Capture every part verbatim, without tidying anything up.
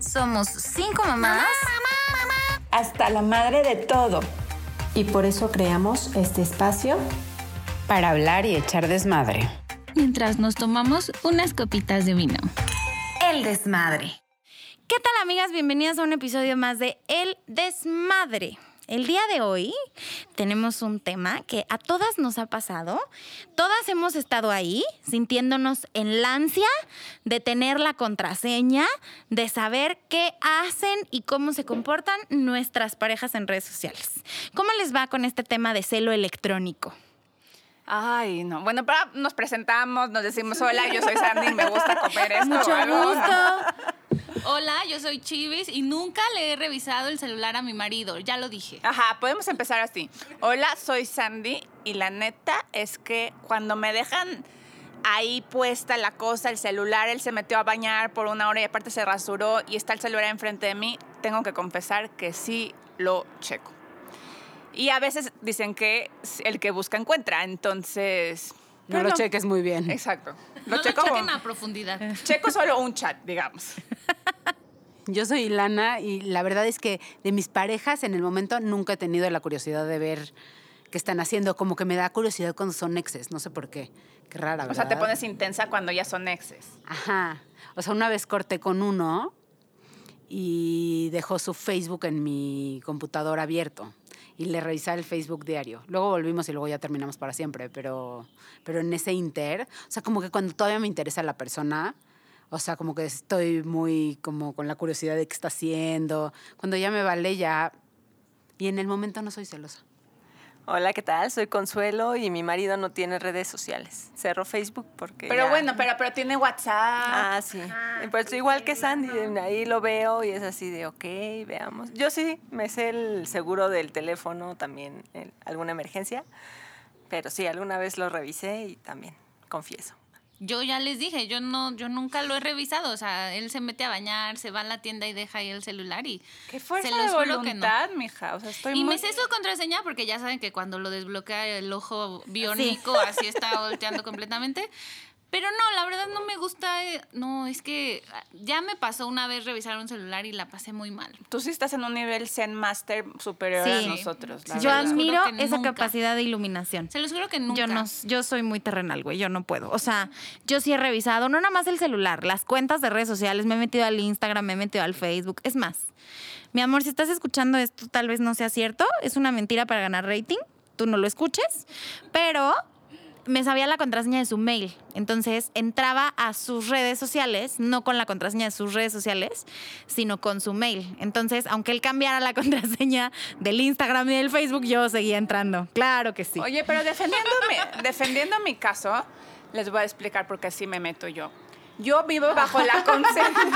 Somos cinco mamás. Hasta la madre de todo. Y por eso creamos este espacio para hablar y echar desmadre. Mientras nos tomamos unas copitas de vino. El desmadre. ¿Qué tal, amigas? Bienvenidas a un episodio más de El Desmadre. El día de hoy tenemos un tema que a todas nos ha pasado. Todas hemos estado ahí sintiéndonos en la ansia de tener la contraseña, de saber qué hacen y cómo se comportan nuestras parejas en redes sociales. ¿Cómo les va con este tema de celo electrónico? Ay, no. Bueno, pero nos presentamos, nos decimos, hola, yo soy Sandy, me gusta comer esto. Mucho gusto. Hola, yo soy Chivis y nunca le he revisado el celular a mi marido, ya lo dije. Ajá, podemos empezar así. Hola, soy Sandy y la neta es que cuando me dejan ahí puesta la cosa, el celular, él se metió a bañar por una hora y aparte se rasuró y está el celular enfrente de mí, tengo que confesar que sí lo checo. Y a veces dicen que el que busca encuentra, entonces... No lo cheques muy bien. Exacto. Lo no checo, lo chequen a profundidad. Checo solo un chat, digamos. Yo soy Ilana y la verdad es que de mis parejas en el momento nunca he tenido la curiosidad de ver qué están haciendo. Como que me da curiosidad cuando son exes, no sé por qué. Qué rara, ¿verdad? O sea, te pones intensa cuando ya son exes. Ajá. O sea, una vez corté con uno y dejó su Facebook en mi computadora abierto. Y le revisaba el Facebook diario. Luego volvimos y luego ya terminamos para siempre. Pero, pero en ese inter, o sea, como que cuando todavía me interesa la persona, o sea, como que estoy muy como con la curiosidad de qué está haciendo. Cuando ya me vale, ya... Y en el momento no soy celosa. Hola, ¿qué tal? Soy Consuelo y mi marido no tiene redes sociales. Cerró Facebook porque Pero ya... bueno, pero, pero tiene WhatsApp. Ah, sí. Ah, pues igual que Sandy, ahí lo veo y es así de, ok, veamos. Yo sí me sé el seguro del teléfono también, el, alguna emergencia, pero sí, alguna vez lo revisé y también, confieso. Yo ya les dije, yo no, yo nunca lo he revisado. O sea, él se mete a bañar, se va a la tienda y deja ahí el celular y... Qué fuerza se los de juro voluntad, que no. mija. O sea, estoy y muy... me sé su contraseña porque ya saben que cuando lo desbloquea el ojo biónico, sí. Así está volteando completamente. Pero no, la verdad no me gusta. Eh, no, es que ya me pasó una vez revisar un celular y la pasé muy mal. Tú sí estás en un nivel Zen Master superior sí. a nosotros. La yo verdad. admiro esa nunca. capacidad de iluminación. Se los juro que nunca. Yo no, yo soy muy terrenal, güey, yo no puedo. O sea, yo sí he revisado, no nada más el celular, las cuentas de redes sociales, me he metido al Instagram, me he metido al Facebook. Es más, mi amor, si estás escuchando esto, tal vez no sea cierto, es una mentira para ganar rating, tú no lo escuches, pero... me sabía la contraseña de su mail. Entonces, entraba a sus redes sociales, no con la contraseña de sus redes sociales, sino con su mail. Entonces, aunque él cambiara la contraseña del Instagram y del Facebook, yo seguía entrando. Claro que sí. Oye, pero defendiendo mi, defendiendo mi caso, les voy a explicar por qué así me meto yo. Yo vivo bajo la consigna.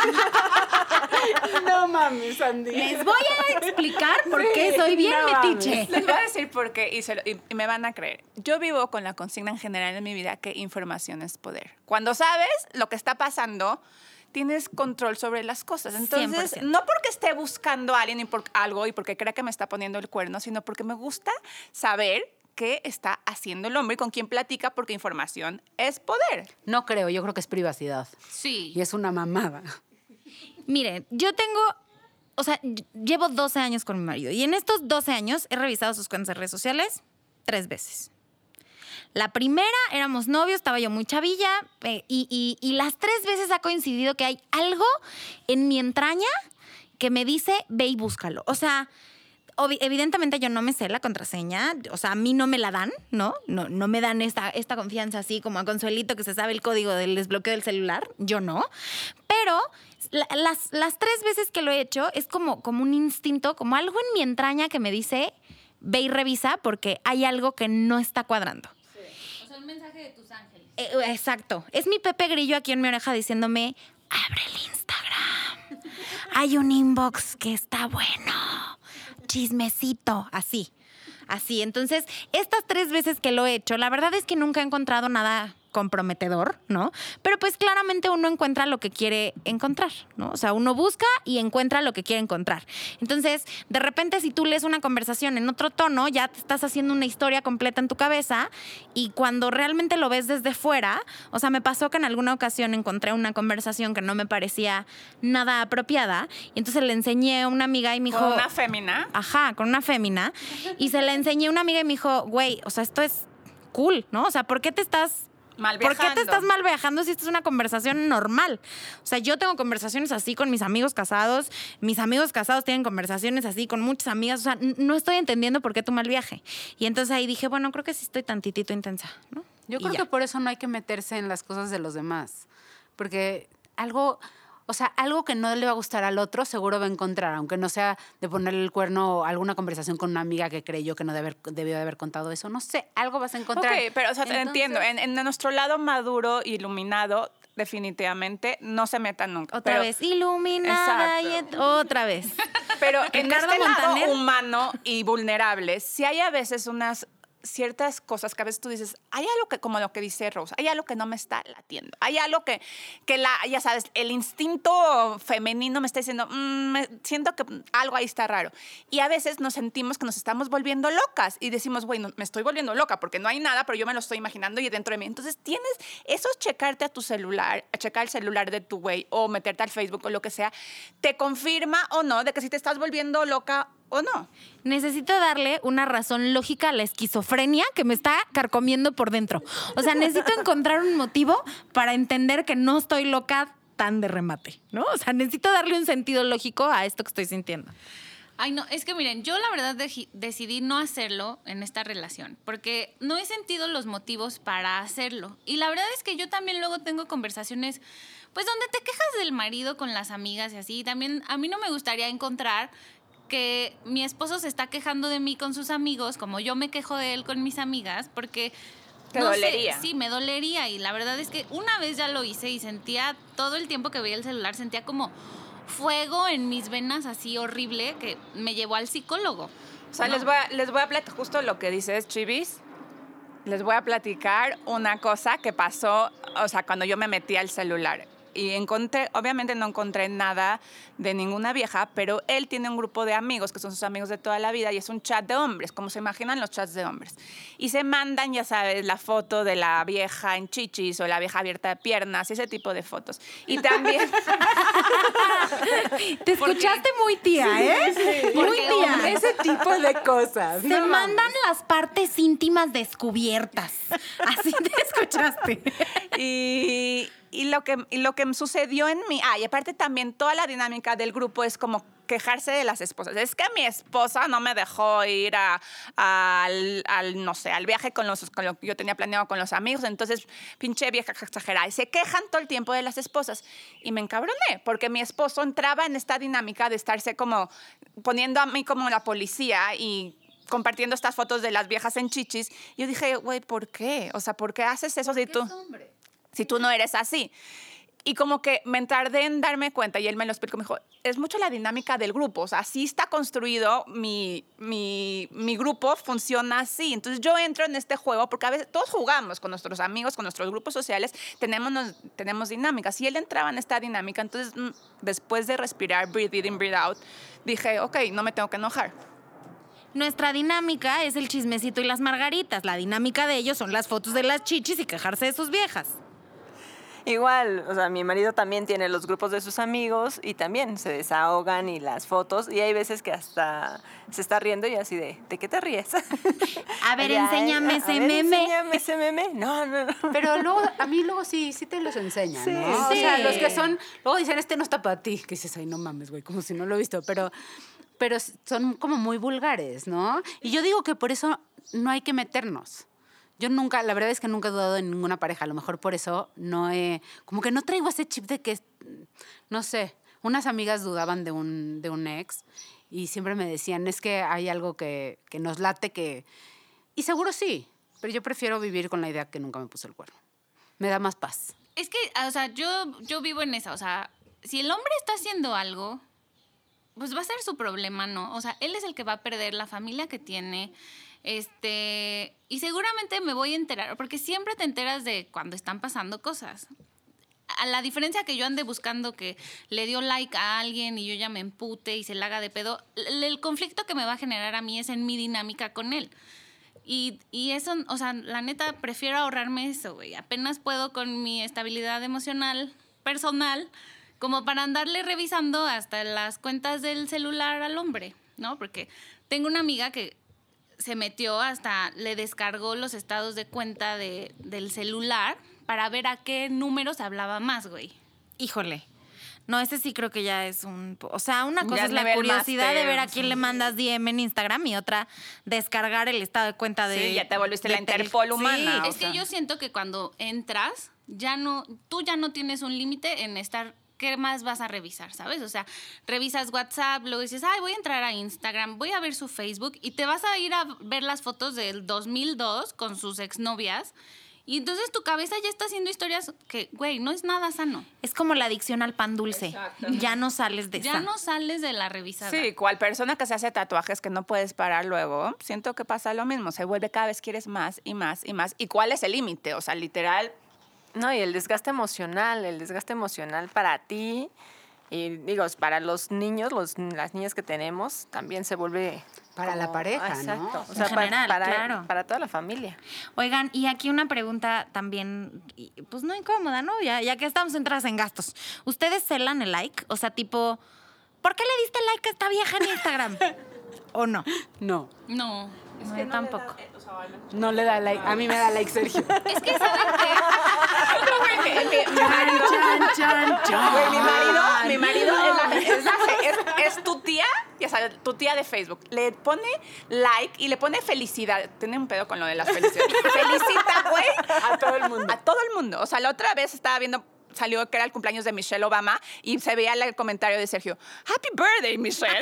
No mames, Sandy. Les voy a explicar por qué sí, soy bien no metiche. Les voy a decir por qué y, se lo, y, y me van a creer. Yo vivo con la consigna en general en mi vida que información es poder. Cuando sabes lo que está pasando, tienes control sobre las cosas. Entonces, cien por ciento. no porque esté buscando a alguien y por algo y porque crea que me está poniendo el cuerno, sino porque me gusta saber qué está haciendo el hombre y con quién platica, porque información es poder. No creo, yo creo que es privacidad. Sí. Y es una mamada. Miren, yo tengo, o sea, llevo doce años con mi marido y en estos doce años he revisado sus cuentas de redes sociales tres veces. La primera, éramos novios, estaba yo muy chavilla eh, y, y, y las tres veces ha coincidido que hay algo en mi entraña que me dice, ve y búscalo. O sea... evidentemente yo no me sé la contraseña, o sea, a mí no me la dan, ¿no? No, no me dan esta, esta confianza así como a Consuelito que se sabe el código del desbloqueo del celular, yo no. Pero la, las, las tres veces que lo he hecho es como, como un instinto, como algo en mi entraña que me dice, ve y revisa porque hay algo que no está cuadrando. Sí. O sea, un mensaje de tus ángeles. Eh, exacto. Es mi Pepe Grillo aquí en mi oreja diciéndome, abre el Instagram. Hay un inbox que está bueno. Chismecito, así, así. Entonces, estas tres veces que lo he hecho, la verdad es que nunca he encontrado nada comprometedor, ¿no? Pero pues claramente uno encuentra lo que quiere encontrar, ¿no? O sea, uno busca y encuentra lo que quiere encontrar. Entonces, de repente, si tú lees una conversación en otro tono, ya te estás haciendo una historia completa en tu cabeza y cuando realmente lo ves desde fuera, o sea, me pasó que en alguna ocasión encontré una conversación que no me parecía nada apropiada y entonces le enseñé a una amiga y me dijo... ¿Con una fémina? Ajá, con una fémina. Y se la enseñé a una amiga y me dijo, güey, o sea, esto es cool, ¿no? O sea, ¿por qué te estás... Mal ¿Por qué te viajando. estás mal viajando si esta es una conversación normal? O sea, yo tengo conversaciones así con mis amigos casados, mis amigos casados tienen conversaciones así con muchas amigas, o sea, n- no estoy entendiendo por qué tu mal viaje. Y entonces ahí dije, bueno, creo que sí estoy tantitito intensa, ¿no? Yo Y creo ya. que por eso no hay que meterse en las cosas de los demás. Porque algo, o sea, algo que no le va a gustar al otro, seguro va a encontrar, aunque no sea de ponerle el cuerno o alguna conversación con una amiga que creyó que no debe haber- debió de haber contado eso. No sé, algo vas a encontrar. Ok, pero o sea, te Entonces- entiendo. En, en nuestro lado maduro, iluminado, definitivamente no se metan nunca. Otra pero, vez, iluminada y Exacto. et- otra vez. Pero en Ricardo este Montaner. lado humano y vulnerable, sí hay a veces unas ciertas cosas que a veces tú dices, hay algo que, como lo que dice Rose, hay algo que no me está latiendo. Hay algo que, que la, ya sabes, el instinto femenino me está diciendo, "Mm, me siento que algo ahí está raro". Y a veces nos sentimos que nos estamos volviendo locas y decimos, bueno, me estoy volviendo loca porque no hay nada, pero yo me lo estoy imaginando y dentro de mí. Entonces tienes, eso es checarte a tu celular, a checar el celular de tu güey o meterte al Facebook o lo que sea, te confirma o no de que si te estás volviendo loca o no. Necesito darle una razón lógica a la esquizofrenia que me está carcomiendo por dentro. O sea, necesito encontrar un motivo para entender que no estoy loca tan de remate, ¿no? O sea, necesito darle un sentido lógico a esto que estoy sintiendo. Ay, no, es que miren, yo la verdad deji- decidí no hacerlo en esta relación, porque no he sentido los motivos para hacerlo. Y la verdad es que yo también luego tengo conversaciones, pues donde te quejas del marido con las amigas y así. También a mí no me gustaría encontrar que mi esposo se está quejando de mí con sus amigos, como yo me quejo de él con mis amigas, porque... Te no sé, dolería. sí, me dolería. Y la verdad es que una vez ya lo hice y sentía, todo el tiempo que veía el celular, sentía como fuego en mis venas así horrible que me llevó al psicólogo. O sea, No. les voy a, les voy a platicar justo lo que dices, Chivis. Les voy a platicar una cosa que pasó, o sea, cuando yo me metí al celular. Y encontré, obviamente no encontré nada de ninguna vieja, pero él tiene un grupo de amigos que son sus amigos de toda la vida y es un chat de hombres, como se imaginan los chats de hombres. Y se mandan, ya sabes, la foto de la vieja en chichis o la vieja abierta de piernas, ese tipo de fotos. Y también... Te escuchaste muy tía, ¿eh? Muy Porque, tía. hombre, Ese tipo de cosas. Se no mandan las partes íntimas descubiertas. Así te escuchaste. Y, y lo que, y lo que sucedió en mí, ah, y aparte también toda la dinámica del grupo es como quejarse de las esposas. Es que mi esposa no me dejó ir a, a- al, al, no sé, al viaje con, los, con lo que yo tenía planeado con los amigos, entonces pinche vieja exagerada. Y se quejan todo el tiempo de las esposas. Y me encabroné, porque mi esposo entraba en esta dinámica de estarse como poniendo a mí como la policía y compartiendo estas fotos de las viejas en chichis. Y yo dije, güey, ¿por qué? O sea, ¿por qué haces eso si tú, si tú no eres así? Y como que me tardé en darme cuenta, y él me lo explicó, me dijo, es mucho la dinámica del grupo, o sea, así está construido mi, mi, mi grupo, funciona así. Entonces yo entro en este juego, porque a veces todos jugamos con nuestros amigos, con nuestros grupos sociales, tenemos, nos- tenemos dinámicas, y él entraba en esta dinámica, entonces mm, después de respirar, breathe in, breathe out, dije, ok, no me tengo que enojar. Nuestra dinámica es el chismecito y las margaritas. La dinámica de ellos son las fotos de las chichis y quejarse de sus viejas. Igual, o sea, mi marido también tiene los grupos de sus amigos y también se desahogan y las fotos y hay veces que hasta se está riendo y así de, ¿de qué te ríes? A ver, Ya, enséñame a ese ver, meme. Enséñame ese meme. No, no, no. Pero luego, a mí luego sí, sí te los enseñan, Sí, ¿no? sí. O sea, los que son, luego dicen, este no está para ti. Que dices, ay, no mames, güey, como si no lo he visto. Pero, pero son como muy vulgares, ¿no? Y yo digo que por eso no hay que meternos. Yo nunca, la verdad es que nunca he dudado en ninguna pareja. A lo mejor por eso no he, como que no traigo ese chip de que, no sé, unas amigas dudaban de un, de un ex y siempre me decían, es que hay algo que, que nos late que... Y seguro sí, pero yo prefiero vivir con la idea que nunca me puso el cuerno. Me da más paz. Es que, o sea, yo, yo vivo en esa, o sea, si el hombre está haciendo algo, pues va a ser su problema, ¿no? O sea, él es el que va a perder la familia que tiene, este, y seguramente me voy a enterar, porque siempre te enteras de cuando están pasando cosas. A la diferencia que yo ande buscando que le dio like a alguien y yo ya me empute y se la haga de pedo, el, el conflicto que me va a generar a mí es en mi dinámica con él. Y, y eso, o sea, la neta, prefiero ahorrarme eso, güey. Apenas puedo con mi estabilidad emocional, personal, como para andarle revisando hasta las cuentas del celular al hombre, ¿no? Porque tengo una amiga que se metió hasta, le descargó los estados de cuenta de, del celular para ver a qué números hablaba más, güey. Híjole. No, ese sí creo que ya es un... O sea, una cosa Ya es la nivel curiosidad máster. de ver a quién le mandas D M en Instagram y otra, descargar el estado de cuenta de... Sí, ya te volviste de la Interpol tel- humana. Sí. Es que yo siento que cuando entras, ya no, tú ya no tienes un límite en estar, ¿qué más vas a revisar, sabes? O sea, revisas WhatsApp, luego dices, ay, voy a entrar a Instagram, voy a ver su Facebook, y te vas a ir a ver las fotos del dos mil dos con sus exnovias, y entonces tu cabeza ya está haciendo historias que, güey, no es nada sano. Es como la adicción al pan dulce. Ya no sales de Ya esa. no sales de la revisada. Sí, cual persona que se hace tatuajes que no puedes parar luego, siento que pasa lo mismo. Se vuelve cada vez quieres más y más y más. ¿Y cuál es el límite? O sea, literal, No, y el desgaste emocional, el desgaste emocional para ti y digo, para los niños, los, las niñas que tenemos, también se vuelve... Para la pareja, ¿no? Exacto. O En sea, pa- general, para, claro. para toda la familia. Oigan, y aquí una pregunta también, y, pues no incómoda, ¿no? Ya, ya que estamos entradas en gastos. ¿Ustedes celan el like? O sea, tipo, ¿por qué le diste like a esta vieja en Instagram? ¿O no? No, No. No, yo tampoco. no le da like. A mí me da like Sergio. Es que, ¿saben qué? mi, mi- mi marido, Chan, chan, chan. güey, mi marido, mi marido es, la- es, la- es- es tu tía, ya sabes, tu tía de Facebook. Le pone like y le pone felicidad. Tiene un pedo con lo de las felicidades. Felicita, güey. A todo el mundo. A todo el mundo. O sea, la otra vez estaba viendo, salió que era el cumpleaños de Michelle Obama y se veía el comentario de Sergio. Happy birthday, Michelle.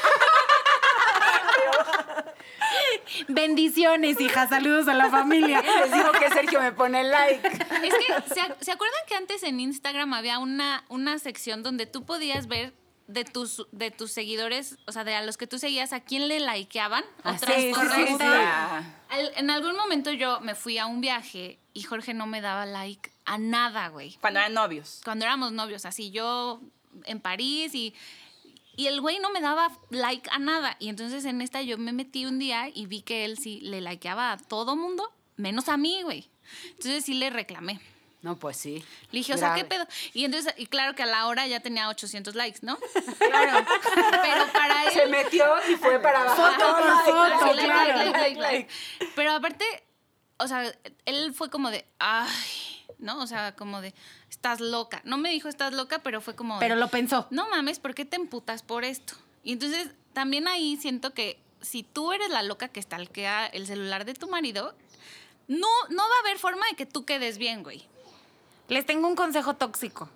Bendiciones, hija. Saludos a la familia. Les digo que Sergio me pone like. Es que, ¿se, ac- ¿se acuerdan que antes en Instagram había una, una sección donde tú podías ver de tus, de tus seguidores, o sea, de a los que tú seguías, a quién le likeaban? Ah, otras sí, sí, cosas? sí, sí. Al- en algún momento yo me fui a un viaje y Jorge no me daba like a nada, güey. Cuando eran novios. Cuando éramos novios, así, yo en París y... Y el güey no me daba like a nada. Y entonces en esta yo me metí un día y vi que él sí le likeaba a todo mundo, menos a mí, güey. Entonces sí le reclamé. No, pues sí. Le dije, o sea, ¿qué Grave. pedo? Y entonces, y claro que a la hora ya tenía ochocientos likes, ¿no? Claro. Pero para él... Se metió y fue para abajo. Ajá, Todo así, like, así, like, like, like, like, like, like, like. Pero aparte, o sea, él fue como de, ay, ¿no? O sea, como de, estás loca. No me dijo estás loca, pero fue como de, Pero lo pensó. no mames, ¿por qué te emputas por esto? Y entonces, también ahí siento que si tú eres la loca que stalkea el celular de tu marido, no, no va a haber forma de que tú quedes bien, güey. Les tengo un consejo tóxico.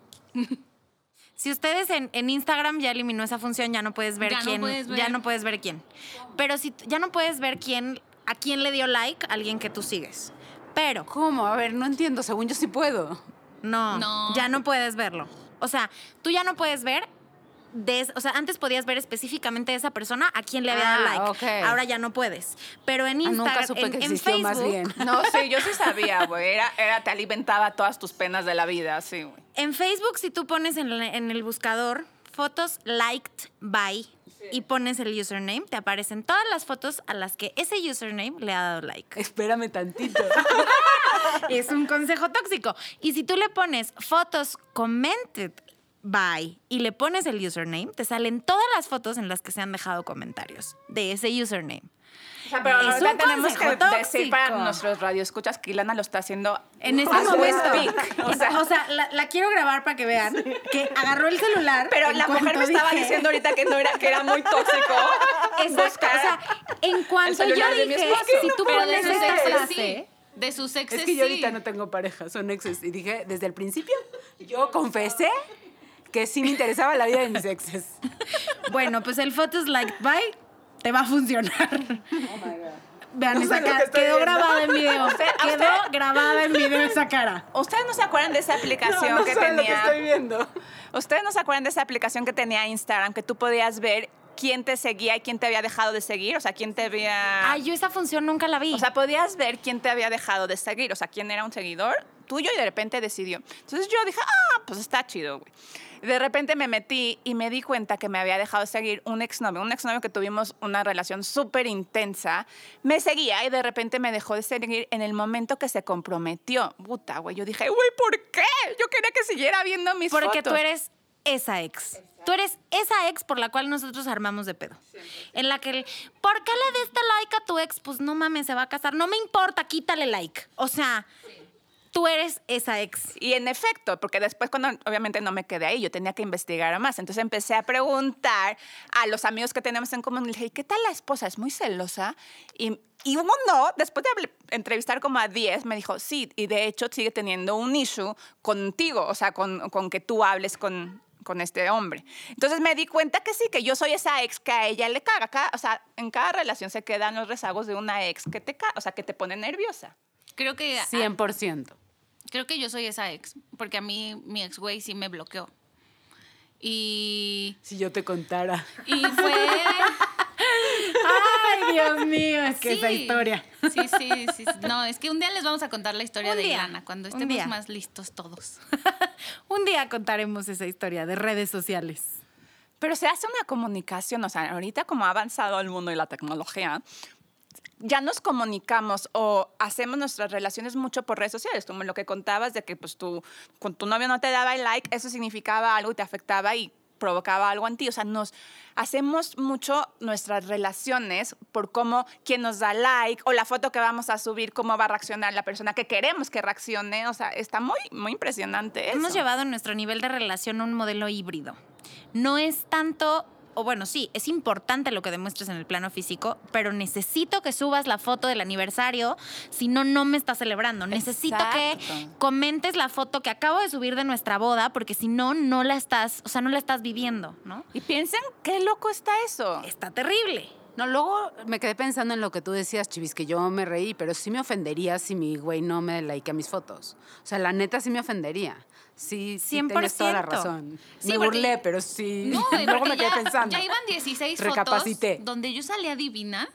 Si ustedes en, en Instagram ya eliminó esa función, ya no puedes ver Ya no quién. puedes ver. Ya no puedes ver quién. Pero si ya no puedes ver quién, a quién le dio like, a alguien que tú sigues. Pero ¿Cómo? A ver, no entiendo. Según yo sí puedo. no, No. ya no puedes verlo. O sea, tú ya no puedes ver. De, es- o sea, antes podías ver específicamente de esa persona a quién le había dado Ah, like. ok. Ahora ya no puedes. Pero en Ah, Instagram, nunca supe en, que en existió Facebook, más bien. No, sí, yo sí sabía, güey. Era, era, te alimentaba todas tus penas de la vida, sí, güey. En Facebook, si tú pones en, la- en el buscador fotos liked by y pones el username, te aparecen todas las fotos a las que ese username le ha dado like. Espérame tantito. Es un consejo tóxico. Y si tú le pones fotos commented by y le pones el username, te salen todas las fotos en las que se han dejado comentarios de ese username. O sea, pero Es ahorita un tenemos que consejo decir para tóxico. nuestros radioescuchas que Ilana lo está haciendo En este as we momento. speak. O sea, O sea, la, la quiero grabar para que vean que agarró el celular. pero en la mujer cuanto me estaba dije- diciendo ahorita que no era, que era muy tóxico. Exacto, buscar o sea, en cuanto el yo celular de mi dije, esposo. si tú Pero de pones sus esta exes frase, sí. De sus exes Es que yo sí. ahorita no tengo pareja, son exes. Y dije, desde el principio, yo confesé que sí me interesaba la vida de mis exes. bueno, pues el photos liked by te va a funcionar. Vean No esa sé lo que cara, estoy quedó viendo. grabada en video. Usted- a Quedó usted- grabada en video esa cara. ¿Ustedes no se acuerdan de esa aplicación no, no que saben lo que tenía? estoy viendo. ¿Ustedes no se acuerdan de esa aplicación que tenía Instagram que tú podías ver quién te seguía y quién te había dejado de seguir? O sea, quién te había... Ay, yo esa función nunca la vi. O sea, podías ver quién te había dejado de seguir, o sea, quién era un seguidor tuyo y de repente decidió. Entonces yo dije, ah, pues está chido, güey. De repente me metí y me di cuenta que me había dejado de seguir un exnovio, un exnovio que tuvimos una relación súper intensa. Me seguía y de repente me dejó de seguir en el momento que se comprometió. Puta, güey, yo dije, güey, ¿por qué? Yo quería que siguiera viendo mis Porque fotos. tú eres esa ex. Tú eres esa ex por la cual nosotros armamos de pedo. En la que, el, ¿por qué le diste like a tu ex? Pues no mames, se va a casar. No me importa, quítale like. O sea, tú eres esa ex. Y en efecto, porque después cuando obviamente no me quedé ahí, yo tenía que investigar más. Entonces empecé a preguntar a los amigos que tenemos en común. Le dije, ¿qué tal la esposa? ¿Es muy celosa? Y, y uno, después de habl- entrevistar como a diez, me dijo, sí, y de hecho sigue teniendo un issue contigo, o sea, con, con que tú hables con... con este hombre. Entonces me di cuenta que sí, que yo soy esa ex que a ella le caga. Cada, o sea, en cada relación se quedan los rezagos de una ex que te caga, o sea, que te pone nerviosa. Creo que... cien por ciento. Creo que yo soy esa ex, porque a mí mi ex güey sí me bloqueó. Y... Si yo te contara. Y fue... Ay, Dios mío, es que Sí. esa historia. Sí, sí, sí, sí. No, es que un día les vamos a contar la historia Un de día, Ilana, cuando un estemos día. más listos todos. Un día contaremos esa historia de redes sociales. Pero se hace una comunicación, o sea, ahorita como ha avanzado el mundo y la tecnología, ya nos comunicamos o hacemos nuestras relaciones mucho por redes sociales, como lo que contabas de que pues tú, con tu novio no te daba el like, eso significaba algo y te afectaba y provocaba algo en ti. O sea, nos hacemos mucho nuestras relaciones por cómo quien nos da like o la foto que vamos a subir, cómo va a reaccionar la persona que queremos que reaccione. O sea, está muy, muy impresionante eso. Hemos llevado nuestro nivel de relación a un modelo híbrido. No es tanto, o bueno, sí, es importante lo que demuestres en el plano físico, pero necesito que subas la foto del aniversario, si no, no me estás celebrando. Necesito Exacto. que comentes la foto que acabo de subir de nuestra boda, porque si no, no la estás, o sea, no la estás viviendo, ¿no? Y piensen qué loco está eso. Está terrible. No, luego me quedé pensando en lo que tú decías, Chivis, que yo me reí, pero sí me ofendería si mi güey no me like a mis fotos. O sea, la neta sí me ofendería. Sí, sí cien por tienes toda la ciento. razón. Sí, me porque- burlé, pero sí. No, y luego porque me quedé ya, pensando. ya iban dieciséis Recapacité. fotos donde yo salía divina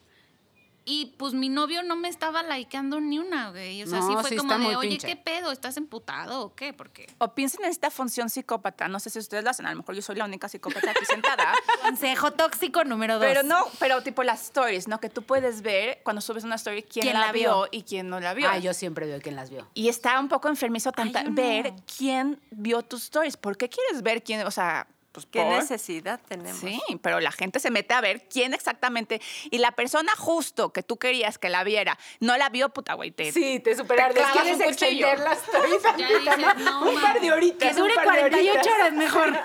y pues mi novio no me estaba likeando ni una, güey. O sea, No, sí fue sí como está de, muy oye, pinche. ¿qué pedo? ¿Estás emputado o qué? Porque... O piensen en esta función psicópata. No sé si ustedes lo hacen. A lo mejor yo soy la única psicópata aquí sentada. Consejo tóxico número dos. Pero no, pero tipo las stories, ¿no? Que tú puedes ver cuando subes una story quién, ¿Quién la, la vio? vio? y quién no la vio. Ah, yo siempre veo quién las vio. Y está un poco enfermizo tanta, Ay, yo no. ver quién vio tus stories. ¿Por qué quieres ver quién? O sea, pues ¿Qué por- necesidad tenemos? Sí, pero la gente se mete a ver quién exactamente. Y la persona justo que tú querías que la viera, no la vio, puta, güey. Te, Sí, te superardes. Te clavas ¿Quieres un cuchillo. extender las stories? Ya dices, no, un par de mames. horitas. que dure un par de cuarenta y ocho horitas. horas mejor.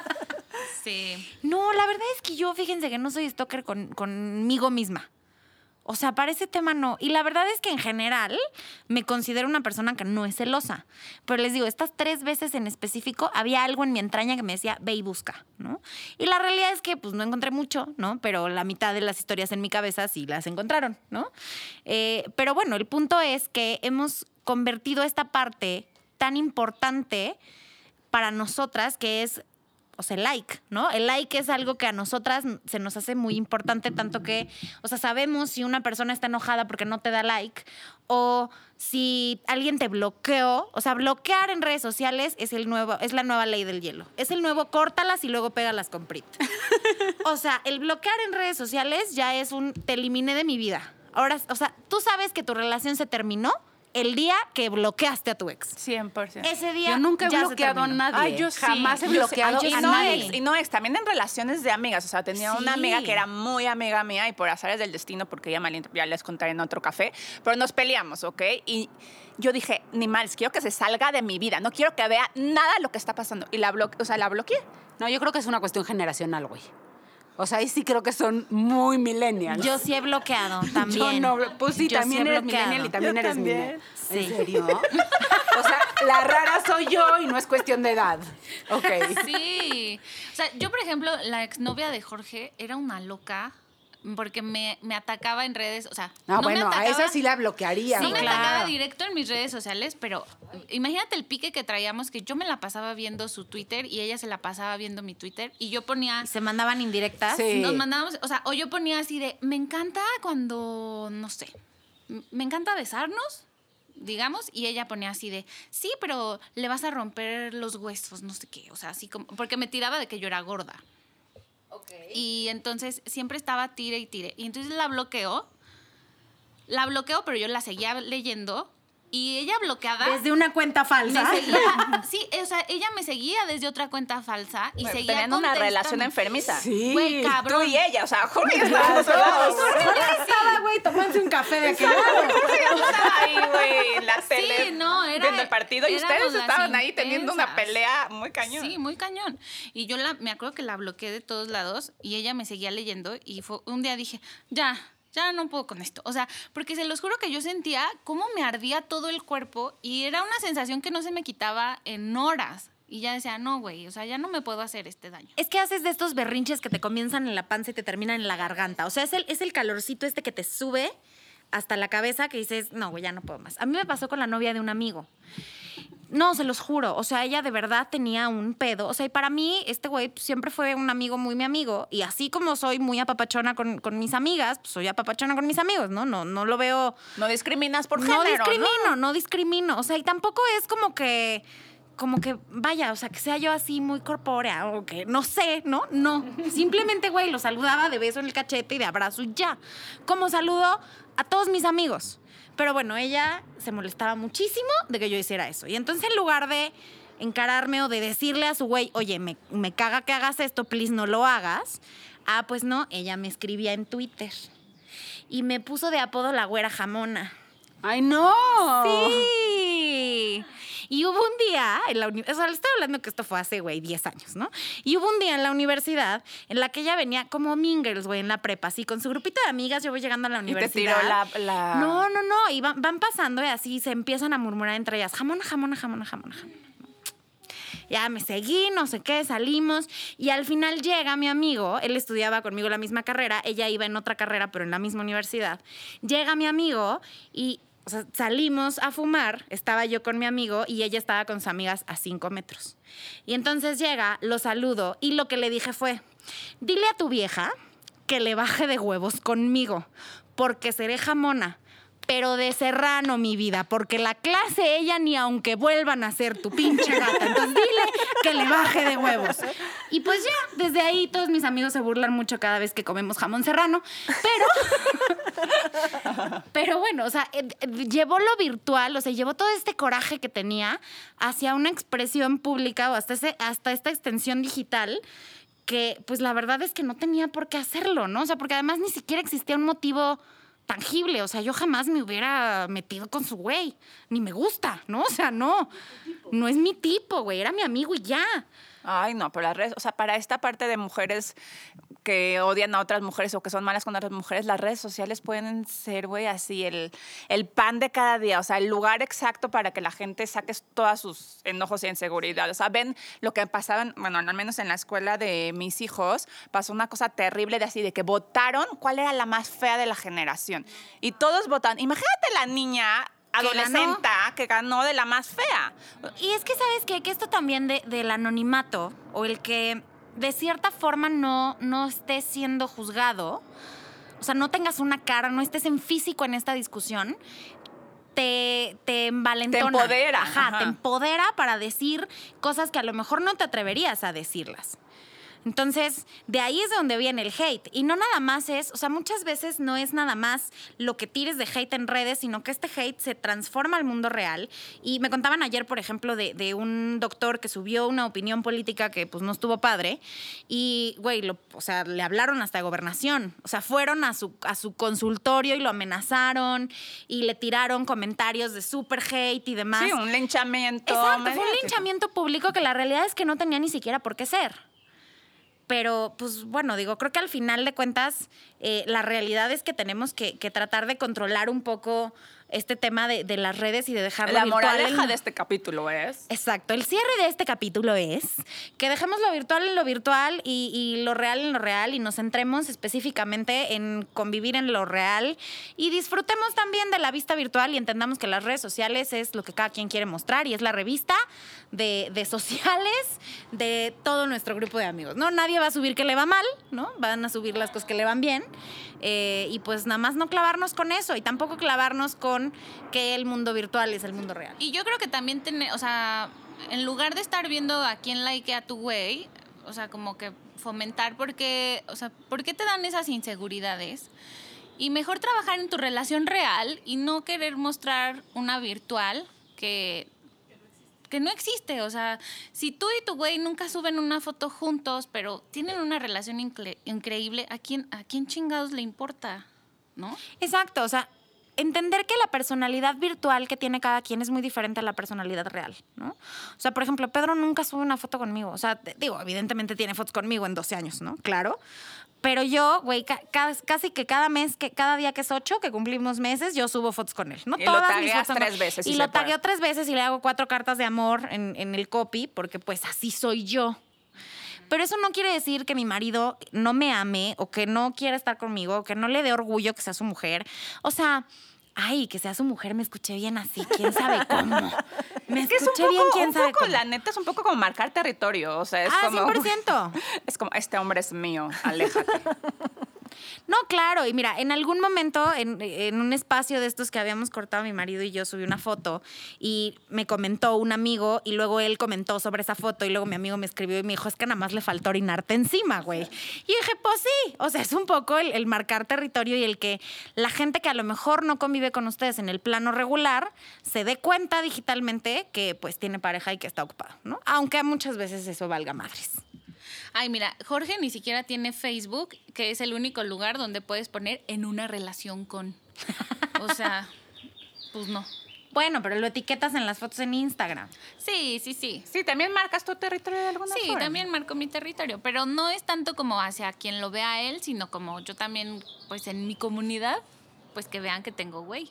Sí. No, la verdad es que yo, fíjense que no soy stalker con, conmigo misma. O sea, para ese tema no. Y la verdad es que en general me considero una persona que no es celosa. Pero les digo, estas tres veces en específico había algo en mi entraña que me decía, ve y busca, ¿no? Y la realidad es que pues no encontré mucho, ¿no? Pero la mitad de las historias en mi cabeza sí las encontraron, ¿no? Eh, pero bueno, el punto es que hemos convertido esta parte tan importante para nosotras que es... O sea, el like, ¿no? El like es algo que a nosotras se nos hace muy importante, tanto que, o sea, sabemos si una persona está enojada porque no te da like o si alguien te bloqueó. O sea, bloquear en redes sociales es, el nuevo, es la nueva ley del hielo. Es el nuevo córtalas y luego pégalas con Prit. O sea, el bloquear en redes sociales ya es un te eliminé de mi vida. Ahora, o sea, tú sabes que tu relación se terminó el día que bloqueaste a tu ex. cien por ciento. Ese día Yo nunca he ya se bloqueado a terminó. nadie. Ay, yo sí. Jamás he Yo sé- bloqueado ay, yo a no nadie. ex, y no ex, también en relaciones de amigas. O sea, tenía una Sí. amiga que era muy amiga mía y por azares del destino, porque ella mal, ya les contaré en otro café, pero nos peleamos, ¿ok? Y yo dije, ni mal, quiero que se salga de mi vida. No quiero que vea nada de lo que está pasando. Y la bloqueé, o sea, la bloqueé. No, yo creo que es una cuestión generacional, güey. O sea, ahí sí creo que son muy millennials. Yo sí he bloqueado también. Yo no, pues sí, Yo también sí he eres bloqueado. millennial y también Yo eres también. millennial. Sí. ¿En serio? O sea, la rara soy yo y no es cuestión de edad. Ok. Sí. O sea, yo, por ejemplo, la exnovia de Jorge era una loca porque me, me atacaba en redes, o sea, No, no bueno, me atacaba, a esa sí la bloquearía. no me güey. atacaba directo en mis redes sociales, pero imagínate el pique que traíamos, que yo me la pasaba viendo su Twitter y ella se la pasaba viendo mi Twitter y yo ponía... ¿Y se mandaban indirectas? Sí. Nos mandábamos, o sea, o yo ponía así de, me encanta cuando, no sé, m- me encanta besarnos, digamos, y ella ponía así de, sí, pero le vas a romper los huesos, no sé qué, o sea, así como, porque me tiraba de que yo era gorda. Y entonces siempre estaba tire y tire. Y entonces la bloqueó, la bloqueó, pero yo la seguía leyendo. Y ella bloqueada... Desde una cuenta falsa. Me seguía, sí, o sea, ella me seguía desde otra cuenta falsa y seguía Tenían una contestando. relación enfermiza. Sí. Güey, Tú cabrón. y ella, o sea, Jorge estaba solos. Estaba, güey, tomándose un café de aquel lado. Estaba ahí, güey, en la tele, no, era- viendo el partido. Y éramos ustedes las estaban ahí teniendo una intensas. pelea muy cañón. Sí, muy cañón. Y yo la, me acuerdo que la bloqueé de todos lados y ella me seguía leyendo y fue, un día dije, ya, ya no puedo con esto. O sea, porque se los juro que yo sentía cómo me ardía todo el cuerpo y era una sensación que no se me quitaba en horas. Y ya decía, no, güey, o sea, ya no me puedo hacer este daño. Es que haces de estos berrinches que te comienzan en la panza y te terminan en la garganta. O sea, es el, es el calorcito este que te sube hasta la cabeza que dices, no, güey, ya no puedo más. A mí me pasó con la novia de un amigo. No, se los juro. O sea, ella de verdad tenía un pedo. O sea, y para mí, este güey siempre fue un amigo muy mi amigo. Y así como soy muy apapachona con, con mis amigas, pues soy apapachona con mis amigos, ¿no? No, no lo veo... No discriminas por no género, discrimino, ¿no? no discrimino. O sea, y tampoco es como que... Como que, vaya, o sea, que sea yo así muy corpórea o que no sé, ¿no? No. Simplemente, güey, lo saludaba de beso en el cachete y de abrazo y ya. Como saludo a todos mis amigos. Pero bueno, ella se molestaba muchísimo de que yo hiciera eso. Y entonces, en lugar de encararme o de decirle a su güey, oye, me, me caga que hagas esto, please no lo hagas. Ah, pues no, ella me escribía en Twitter. Y me puso de apodo la güera jamona. ¡Ay, no! Sí. Y hubo un día en la universidad, o sea, le estoy hablando que esto fue hace, güey, diez años, ¿no? Y hubo un día en la universidad en la que ella venía como Mean Girls, güey, en la prepa, así, con su grupito de amigas, yo voy llegando a la Y te universidad. tiró la... la... No, no, no, y van, van pasando y así se empiezan a murmurar entre ellas, jamona, jamona, jamona, jamona, jamona. Ya me seguí, no sé qué, salimos y al final llega mi amigo, él estudiaba conmigo la misma carrera, ella iba en otra carrera pero en la misma universidad. Llega mi amigo y, o sea, salimos a fumar, estaba yo con mi amigo y ella estaba con sus amigas a cinco metros. Y entonces llega, lo saludo y lo que le dije fue, dile a tu vieja que le baje de huevos conmigo porque seré jamona. Pero de serrano, mi vida, porque la clase ella ni aunque vuelvan a ser tu pinche gata. Entonces dile que le baje de huevos. Y pues ya, desde ahí todos mis amigos se burlan mucho cada vez que comemos jamón serrano. Pero, pero bueno, o sea, eh, eh, llevó lo virtual, o sea, llevó todo este coraje que tenía hacia una expresión pública o hasta, ese, hasta esta extensión digital que, pues la verdad es que no tenía por qué hacerlo, ¿no? O sea, porque además ni siquiera existía un motivo tangible, o sea, yo jamás me hubiera metido con su güey, ni me gusta, ¿no? O sea, no, no es mi tipo, güey, era mi amigo y ya. Ay, no, pero las redes, o sea, para esta parte de mujeres que odian a otras mujeres o que son malas con otras mujeres, las redes sociales pueden ser, güey, así el, el pan de cada día, o sea, el lugar exacto para que la gente saque todos sus enojos y inseguridades. O sea, ven lo que pasaba, bueno, al menos en la escuela de mis hijos, pasó una cosa terrible de así, de que votaron cuál era la más fea de la generación. Y todos votaron. Imagínate la niña adolescente que ganó de la más fea. Y es que, ¿sabes qué? Que esto también de, del anonimato o el que de cierta forma no, no estés siendo juzgado, o sea, no tengas una cara, no estés en físico en esta discusión, te, te envalentona. Te empodera. Ajá, Ajá, te empodera para decir cosas que a lo mejor no te atreverías a decirlas. Entonces, de ahí es de donde viene el hate. Y no nada más es, o sea, muchas veces no es nada más lo que tires de hate en redes, sino que este hate se transforma al mundo real. Y me contaban ayer, por ejemplo, de, de un doctor que subió una opinión política que pues no estuvo padre. Y, güey, lo, o sea, le hablaron hasta de gobernación. O sea, fueron a su, a su consultorio y lo amenazaron y le tiraron comentarios de super hate y demás. Sí, un linchamiento. Exacto, fue un mediático. linchamiento público que la realidad es que no tenía ni siquiera por qué ser. Pero, pues, bueno, digo, creo que al final de cuentas, eh, la realidad es que tenemos que, que tratar de controlar un poco este tema de, de las redes y de dejarlo La virtual. moraleja en- de este capítulo es... Exacto. El cierre de este capítulo es que dejemos lo virtual en lo virtual y, y lo real en lo real y nos centremos específicamente en convivir en lo real y disfrutemos también de la vista virtual y entendamos que las redes sociales es lo que cada quien quiere mostrar y es la revista de, de sociales de todo nuestro grupo de amigos, ¿no? Nadie va a subir que le va mal, ¿no? Van a subir las cosas que le van bien eh, y pues nada más no clavarnos con eso y tampoco clavarnos con que el mundo virtual es el mundo real. Y yo creo que también, tener, o sea, en lugar de estar viendo a quién likea tu güey, o sea, como que fomentar porque, o sea, ¿por qué te dan esas inseguridades? Y mejor trabajar en tu relación real y no querer mostrar una virtual que, que no existe. O sea, si tú y tu güey nunca suben una foto juntos, pero tienen una relación incre- increíble, ¿a quién, ¿a quién chingados le importa? ¿No? Exacto, o sea, entender que la personalidad virtual que tiene cada quien es muy diferente a la personalidad real, ¿no? O sea, por ejemplo, Pedro nunca sube una foto conmigo. O sea, te- digo, evidentemente tiene fotos conmigo en doce años, ¿no? Claro. Pero yo, güey, ca- ca- casi que cada mes, que cada día que es ocho, que cumplimos meses, yo subo fotos con él, ¿no? Y lo mis tagueas fotos son- tres veces, Y si lo se puede. tagueo tres veces y le hago cuatro cartas de amor en, en el copy, porque pues así soy yo. Pero eso no quiere decir que mi marido no me ame o que no quiera estar conmigo o que no le dé orgullo que sea su mujer. O sea, ay, que sea su mujer, me escuché bien así, quién sabe cómo. Me Es que es un escuché poco, bien, quién un sabe poco, cómo. la neta, es un poco como marcar territorio. O sea, es Ah, como... cien por ciento. Es como, este hombre es mío, aléjate. No, claro, y mira, en algún momento, en, en un espacio de estos que habíamos cortado mi marido y yo, subí una foto y me comentó un amigo y luego él comentó sobre esa foto y luego mi amigo me escribió y me dijo, es que nada más le faltó orinarte encima, güey. Y dije, pues sí, o sea, es un poco el, el marcar territorio y el que la gente que a lo mejor no convive con ustedes en el plano regular se dé cuenta digitalmente que pues tiene pareja y que está ocupado, ¿no? Aunque muchas veces eso valga madres. Ay, mira, Jorge ni siquiera tiene Facebook, que es el único lugar donde puedes poner en una relación con. O sea, pues no. Bueno, pero lo etiquetas en las fotos en Instagram. Sí, sí, sí. Sí, también marcas tu territorio de alguna Sí, forma. también marco mi territorio, pero no es tanto como hacia quien lo vea a él, sino como yo también, pues en mi comunidad, pues que vean que tengo güey.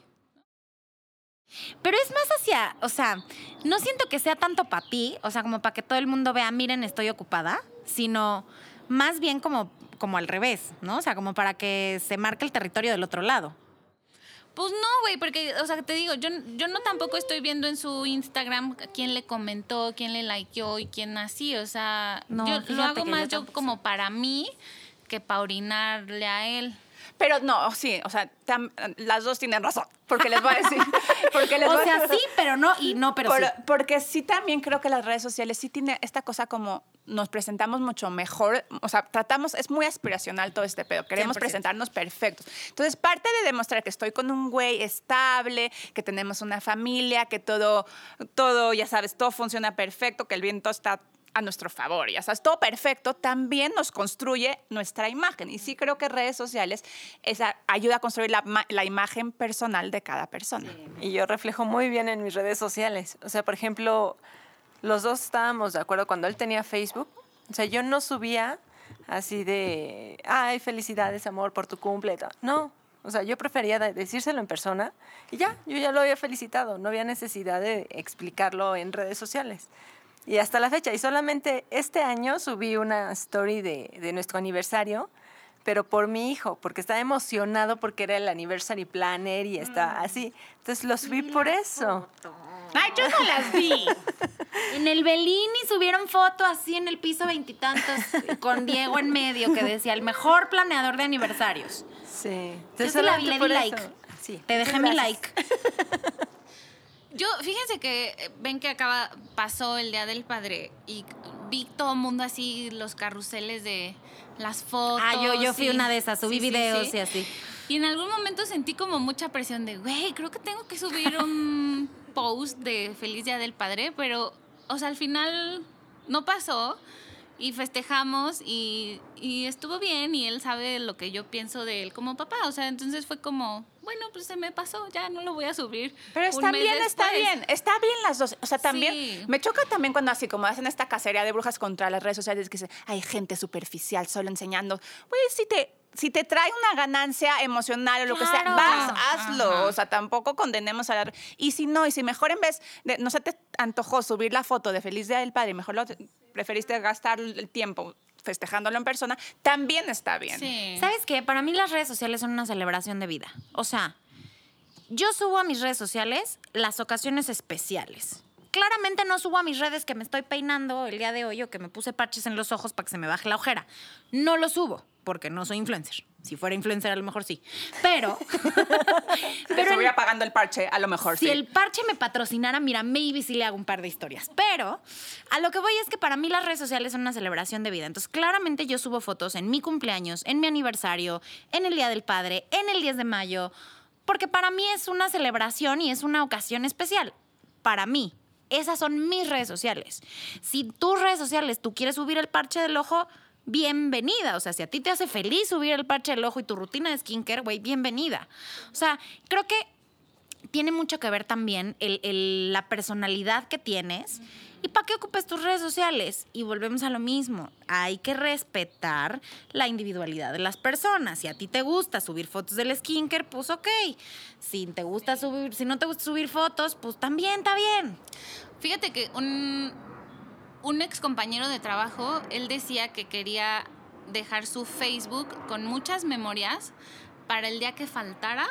Pero es más hacia, o sea, no siento que sea tanto para ti, o sea, como para que todo el mundo vea, miren, estoy ocupada, sino más bien como, como al revés, ¿no? O sea, como para que se marque el territorio del otro lado. Pues no, güey, porque, o sea, te digo, yo, yo no tampoco estoy viendo en su Instagram quién le comentó, quién le likeó y quién así, o sea, No, yo fíjate lo hago que más yo yo tampoco como para mí que para orinarle a él. Pero no, sí, o sea, tam- las dos tienen razón. Porque les voy a decir. Porque les O voy a- sea, sí, pero no, y no, pero Por- sí. Porque sí también creo que las redes sociales sí tiene esta cosa como nos presentamos mucho mejor, o sea, tratamos, es muy aspiracional todo este pedo, queremos cien por ciento. presentarnos perfectos. Entonces, parte de demostrar que estoy con un güey estable, que tenemos una familia, que todo, todo, ya sabes, todo funciona perfecto, que el viento está a nuestro favor, ya sabes, todo perfecto, también nos construye nuestra imagen. Y sí creo que redes sociales esa, ayuda a construir la, ma- la imagen personal de cada persona. Y yo reflejo muy bien en mis redes sociales. O sea, por ejemplo, los dos estábamos de acuerdo cuando él tenía Facebook. O sea, yo no subía así de, ay, felicidades, amor, por tu cumple. y tal. No, o sea, yo prefería de- decírselo en persona y ya, yo ya lo había felicitado. No había necesidad de explicarlo en redes sociales. Y hasta la fecha. Y solamente este año subí una story de, de nuestro aniversario, pero por mi hijo, porque estaba emocionado porque era el anniversary planner y estaba así. Entonces lo subí por eso. Ay, yo no las vi. En el Bellini subieron foto así en el piso veintitantos con Diego en medio que decía el mejor planeador de aniversarios. Sí. Yo Entonces, sí la vi, solamente le por di eso. like. Sí. Te dejé Muchas mi gracias. like. Yo, fíjense que eh, ven que acaba, pasó el Día del Padre y vi todo el mundo así, los carruseles de las fotos. Ah, yo, yo fui y- una de esas, subí sí, sí, videos sí. y así. Y en algún momento sentí como mucha presión de, güey, creo que tengo que subir un post de Feliz Día del Padre, pero, o sea, al final no pasó y festejamos y, y estuvo bien y él sabe lo que yo pienso de él como papá, o sea, entonces fue como, bueno, pues se me pasó, ya no lo voy a subir. Pero un está mes bien, está después. bien, está bien las dos. O sea, también Sí. me choca también cuando así como hacen esta cacería de brujas contra las redes sociales que dicen, hay gente superficial solo enseñando. Güey, si te si te trae una ganancia emocional o lo que sea, Claro. vas, hazlo. Ajá. O sea, tampoco condenemos a la... Y si no, y si mejor en vez de... No se te antojó subir la foto de Feliz Día del Padre y mejor lo preferiste gastar el tiempo festejándolo en persona, también está bien. Sí. ¿Sabes qué? Para mí las redes sociales son una celebración de vida. O sea, yo subo a mis redes sociales las ocasiones especiales. Claramente no subo a mis redes que me estoy peinando el día de hoy o que me puse parches en los ojos para que se me baje la ojera. No lo subo porque no soy influencer. Si fuera influencer a lo mejor sí. Pero... Te pero en- estuviera pagando el parche, a lo mejor si sí. el parche me patrocinara, mira, maybe sí le hago un par de historias. Pero a lo que voy es que para mí las redes sociales son una celebración de vida. Entonces, claramente yo subo fotos en mi cumpleaños, en mi aniversario, en el Día del Padre, en el diez de mayo, porque para mí es una celebración y es una ocasión especial. Para mí. Esas son mis redes sociales. Si tus redes sociales tú quieres subir el parche del ojo, bienvenida. O sea, si a ti te hace feliz subir el parche del ojo y tu rutina de skincare, güey, bienvenida. O sea, creo que tiene mucho que ver también el, el- la personalidad que tienes y para qué ocupes tus redes sociales. Y volvemos a lo mismo. Hay que respetar la individualidad de las personas. Si a ti te gusta subir fotos del skincare, pues ok. Si te gusta subir, si no te gusta subir fotos, pues también está bien. Fíjate que un, un ex compañero de trabajo, él decía que quería dejar su Facebook con muchas memorias para el día que faltara,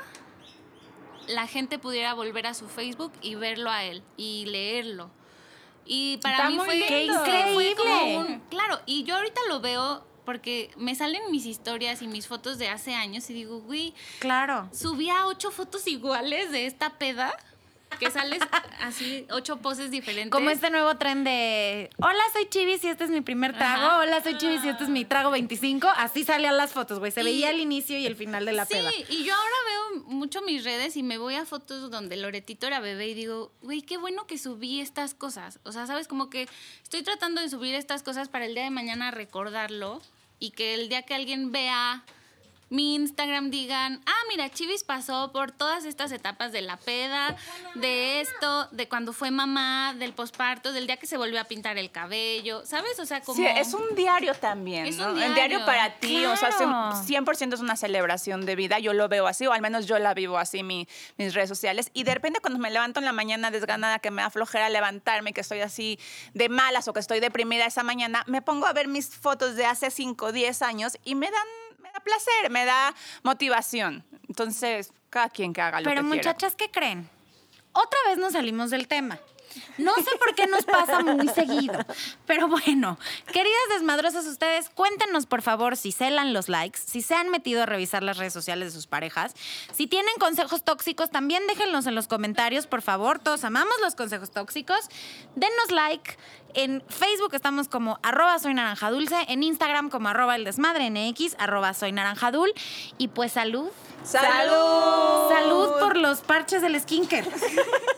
la gente pudiera volver a su Facebook y verlo a él y leerlo. Y para Está mí muy fue, lindo. ¡Qué fue como increíble! un- claro, y yo ahorita lo veo porque me salen mis historias y mis fotos de hace años y digo, güey, Claro. subía ocho fotos iguales de esta peda, que sales así, ocho poses diferentes. Como este nuevo tren de hola, soy Chivis y este es mi primer trago. Ajá. Hola, soy Chivis y este es mi trago veinticinco. Así salían las fotos, güey. Se Y- veía el inicio y el final de la Sí, peda. y yo ahora veo mucho mis redes y me voy a fotos donde Loretito era bebé y digo, güey, qué bueno que subí estas cosas. O sea, ¿sabes? Como que estoy tratando de subir estas cosas para el día de mañana recordarlo y que el día que alguien vea mi Instagram digan, ah, mira, Chivis pasó por todas estas etapas de la peda, de esto, de cuando fue mamá, del posparto, del día que se volvió a pintar el cabello, ¿sabes? O sea, como... Sí, es un diario también, Es ¿no? un El diario. diario para ti, o sea, Claro. cien- cien por ciento es una celebración de vida. Yo lo veo así, o al menos yo la vivo así, mi, mis redes sociales. Y de repente cuando me levanto en la mañana desganada, que me da flojera levantarme, que estoy así de malas o que estoy deprimida esa mañana, me pongo a ver mis fotos de hace cinco, diez años y me dan, me da placer, me da motivación. Entonces, cada quien que haga lo Pero que quiera. muchachas, ¿qué creen? Otra vez nos salimos del tema. No sé por qué nos pasa muy seguido. Pero bueno, queridas desmadrosas, ustedes cuéntenos por favor si celan los likes, si se han metido a revisar las redes sociales de sus parejas, si tienen consejos tóxicos, también déjenlos en los comentarios, por favor. Todos amamos los consejos tóxicos. Denos like. En Facebook estamos como arroba soy naranja dulce, en Instagram como arroba el desmadre nx, arroba soy naranjadul. Y pues salud. ¡Salud! Salud por los parches del skincare.